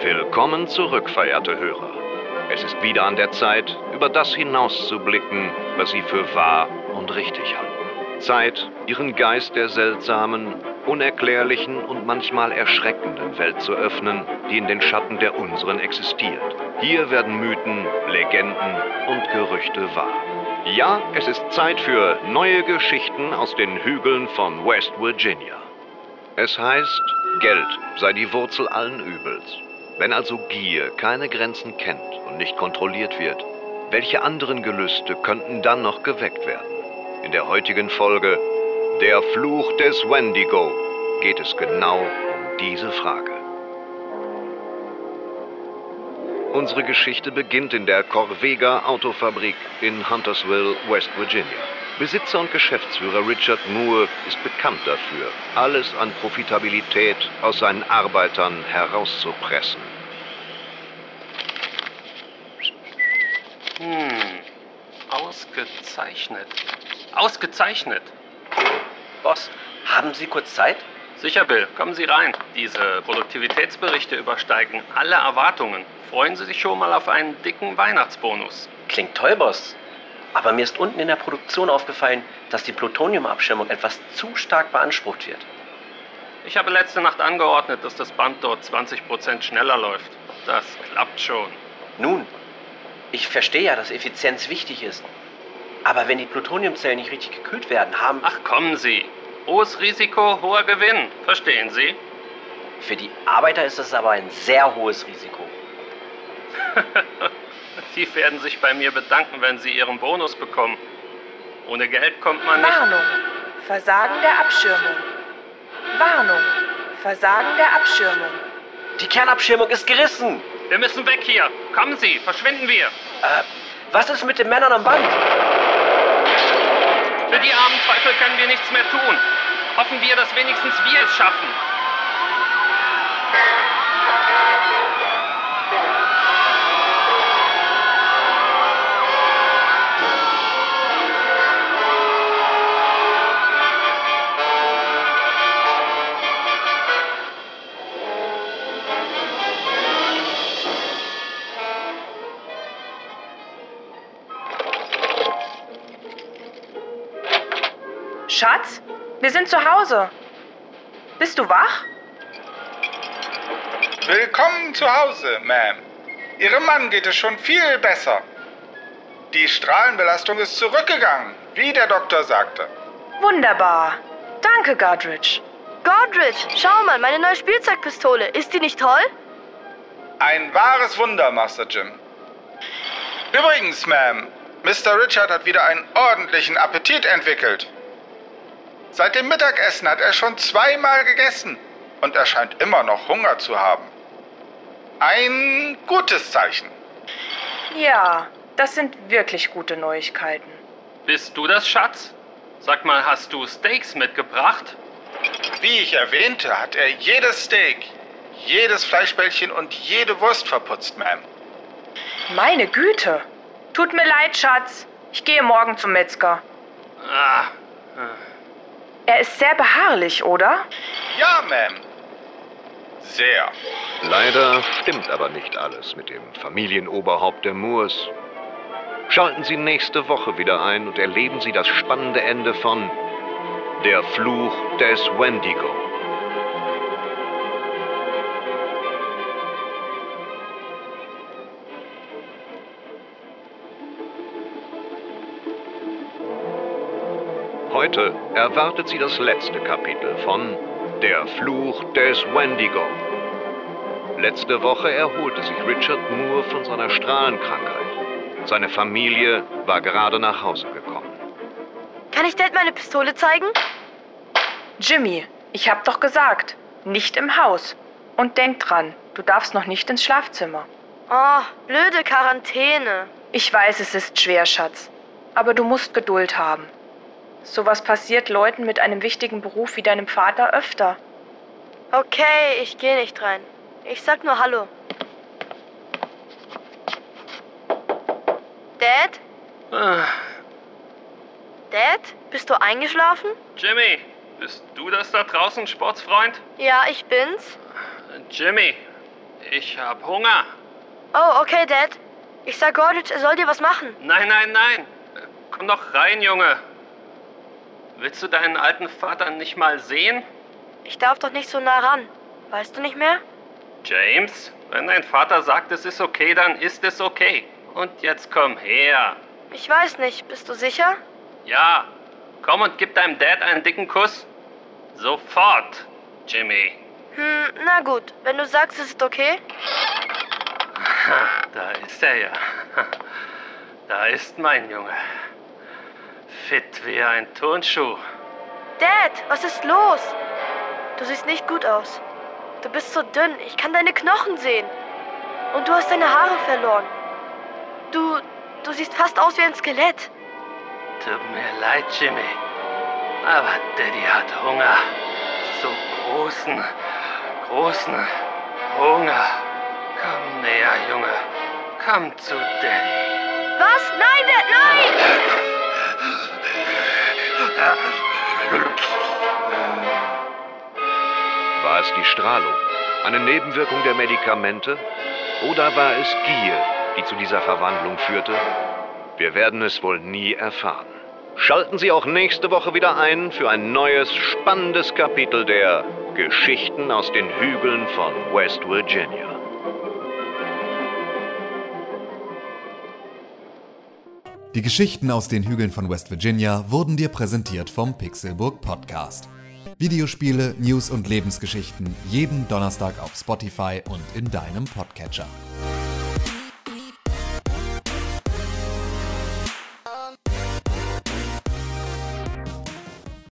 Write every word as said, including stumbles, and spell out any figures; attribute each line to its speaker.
Speaker 1: Willkommen zurück, verehrte Hörer. Es ist wieder an der Zeit, über das hinauszublicken, was Sie für wahr und richtig halten. Zeit, Ihren Geist der seltsamen, unerklärlichen und manchmal erschreckenden Welt zu öffnen, die in den Schatten der unseren existiert. Hier werden Mythen, Legenden und Gerüchte wahr. Ja, es ist Zeit für neue Geschichten aus den Hügeln von West Virginia. Es heißt, Geld sei die Wurzel allen Übels. Wenn also Gier keine Grenzen kennt und nicht kontrolliert wird, welche anderen Gelüste könnten dann noch geweckt werden? In der heutigen Folge Der Fluch des Wendigo geht es genau um diese Frage. Unsere Geschichte beginnt in der Corvega Autofabrik in Huntersville, West Virginia. Besitzer und Geschäftsführer Richard Moore ist bekannt dafür, alles an Profitabilität aus seinen Arbeitern herauszupressen.
Speaker 2: Hm, ausgezeichnet. Ausgezeichnet.
Speaker 3: Boss, haben Sie kurz Zeit?
Speaker 2: Sicher, Bill. Kommen Sie rein. Diese Produktivitätsberichte übersteigen alle Erwartungen. Freuen Sie sich schon mal auf einen dicken Weihnachtsbonus.
Speaker 3: Klingt toll, Boss. Aber mir ist unten in der Produktion aufgefallen, dass die Plutoniumabschirmung etwas zu stark beansprucht wird.
Speaker 2: Ich habe letzte Nacht angeordnet, dass das Band dort zwanzig Prozent schneller läuft. Das klappt schon.
Speaker 3: Nun, ich verstehe ja, dass Effizienz wichtig ist. Aber wenn die Plutoniumzellen nicht richtig gekühlt werden, haben...
Speaker 2: Ach, kommen Sie. Hohes Risiko, hoher Gewinn. Verstehen Sie?
Speaker 3: Für die Arbeiter ist es aber ein sehr hohes Risiko.
Speaker 2: Sie werden sich bei mir bedanken, wenn Sie Ihren Bonus bekommen. Ohne Geld kommt man nicht...
Speaker 4: Warnung. Versagen der Abschirmung. Warnung. Versagen der Abschirmung.
Speaker 3: Die Kernabschirmung ist gerissen.
Speaker 2: Wir müssen weg hier. Kommen Sie, verschwinden wir.
Speaker 3: Äh, was ist mit den Männern am Band?
Speaker 2: Für die armen Teufel können wir nichts mehr tun. Hoffen wir, dass wenigstens wir es schaffen.
Speaker 4: Schatz, wir sind zu Hause. Bist du wach?
Speaker 5: Willkommen zu Hause, Ma'am. Ihrem Mann geht es schon viel besser. Die Strahlenbelastung ist zurückgegangen, wie der Doktor sagte.
Speaker 4: Wunderbar. Danke, Godrich.
Speaker 6: Godrich, schau mal, meine neue Spielzeugpistole. Ist die nicht toll?
Speaker 5: Ein wahres Wunder, Master Jim. Übrigens, Ma'am, Mister Richard hat wieder einen ordentlichen Appetit entwickelt. Seit dem Mittagessen hat er schon zweimal gegessen und er scheint immer noch Hunger zu haben. Ein gutes Zeichen.
Speaker 4: Ja, das sind wirklich gute Neuigkeiten.
Speaker 2: Bist du das, Schatz? Sag mal, hast du Steaks mitgebracht?
Speaker 5: Wie ich erwähnte, hat er jedes Steak, jedes Fleischbällchen und jede Wurst verputzt, Ma'am.
Speaker 4: Meine Güte. Tut mir leid, Schatz. Ich gehe morgen zum Metzger.
Speaker 2: Ah.
Speaker 4: Er ist sehr beharrlich, oder?
Speaker 5: Ja, Ma'am. Sehr.
Speaker 1: Leider stimmt aber nicht alles mit dem Familienoberhaupt der Moores. Schalten Sie nächste Woche wieder ein und erleben Sie das spannende Ende von Der Fluch des Wendigo. Heute erwartet Sie das letzte Kapitel von Der Fluch des Wendigo. Letzte Woche erholte sich Richard Moore von seiner Strahlenkrankheit. Seine Familie war gerade nach Hause gekommen.
Speaker 6: Kann ich Dad meine Pistole zeigen?
Speaker 4: Jimmy, ich hab doch gesagt, nicht im Haus. Und denk dran, du darfst noch nicht ins Schlafzimmer.
Speaker 6: Oh, blöde Quarantäne.
Speaker 4: Ich weiß, es ist schwer, Schatz. Aber du musst Geduld haben. Sowas passiert Leuten mit einem wichtigen Beruf wie deinem Vater öfter.
Speaker 6: Okay, ich gehe nicht rein. Ich sag nur Hallo. Dad?
Speaker 2: Ah.
Speaker 6: Dad? Bist du eingeschlafen?
Speaker 2: Jimmy, bist du das da draußen, Sportsfreund?
Speaker 6: Ja, ich bin's.
Speaker 2: Jimmy, Ich hab Hunger.
Speaker 6: Oh, okay, Dad. Ich sag Gordon, er soll dir was machen.
Speaker 2: Nein, nein, nein. Komm doch rein, Junge. Willst du deinen alten Vater nicht mal sehen?
Speaker 6: Ich darf doch nicht so nah ran. Weißt du nicht mehr?
Speaker 2: James, wenn dein Vater sagt, es ist okay, dann ist es okay. Und jetzt komm her.
Speaker 6: Ich weiß nicht. Bist du sicher?
Speaker 2: Ja, komm und gib deinem Dad einen dicken Kuss. Sofort, Jimmy.
Speaker 6: Hm, na gut. Wenn du sagst, es ist okay.
Speaker 2: Da ist er ja. Da ist mein Junge. Fit wie ein Turnschuh.
Speaker 6: Dad, was ist los? Du siehst nicht gut aus. Du bist so dünn. Ich kann deine Knochen sehen. Und du hast deine Haare verloren. Du, du siehst fast aus wie ein Skelett.
Speaker 2: Tut mir leid, Jimmy. Aber Daddy hat Hunger. So großen, großen Hunger. Komm näher, Junge. Komm zu Daddy.
Speaker 6: Was? Nein, Dad, nein!
Speaker 1: War es die Strahlung, eine Nebenwirkung der Medikamente? Oder war es Gier, die zu dieser Verwandlung führte? Wir werden es wohl nie erfahren. Schalten Sie auch nächste Woche wieder ein für ein neues, spannendes Kapitel der Geschichten aus den Hügeln von West Virginia.
Speaker 7: Die Geschichten aus den Hügeln von West Virginia wurden dir präsentiert vom Pixelburg Podcast. Videospiele, News und Lebensgeschichten jeden Donnerstag auf Spotify und in deinem Podcatcher.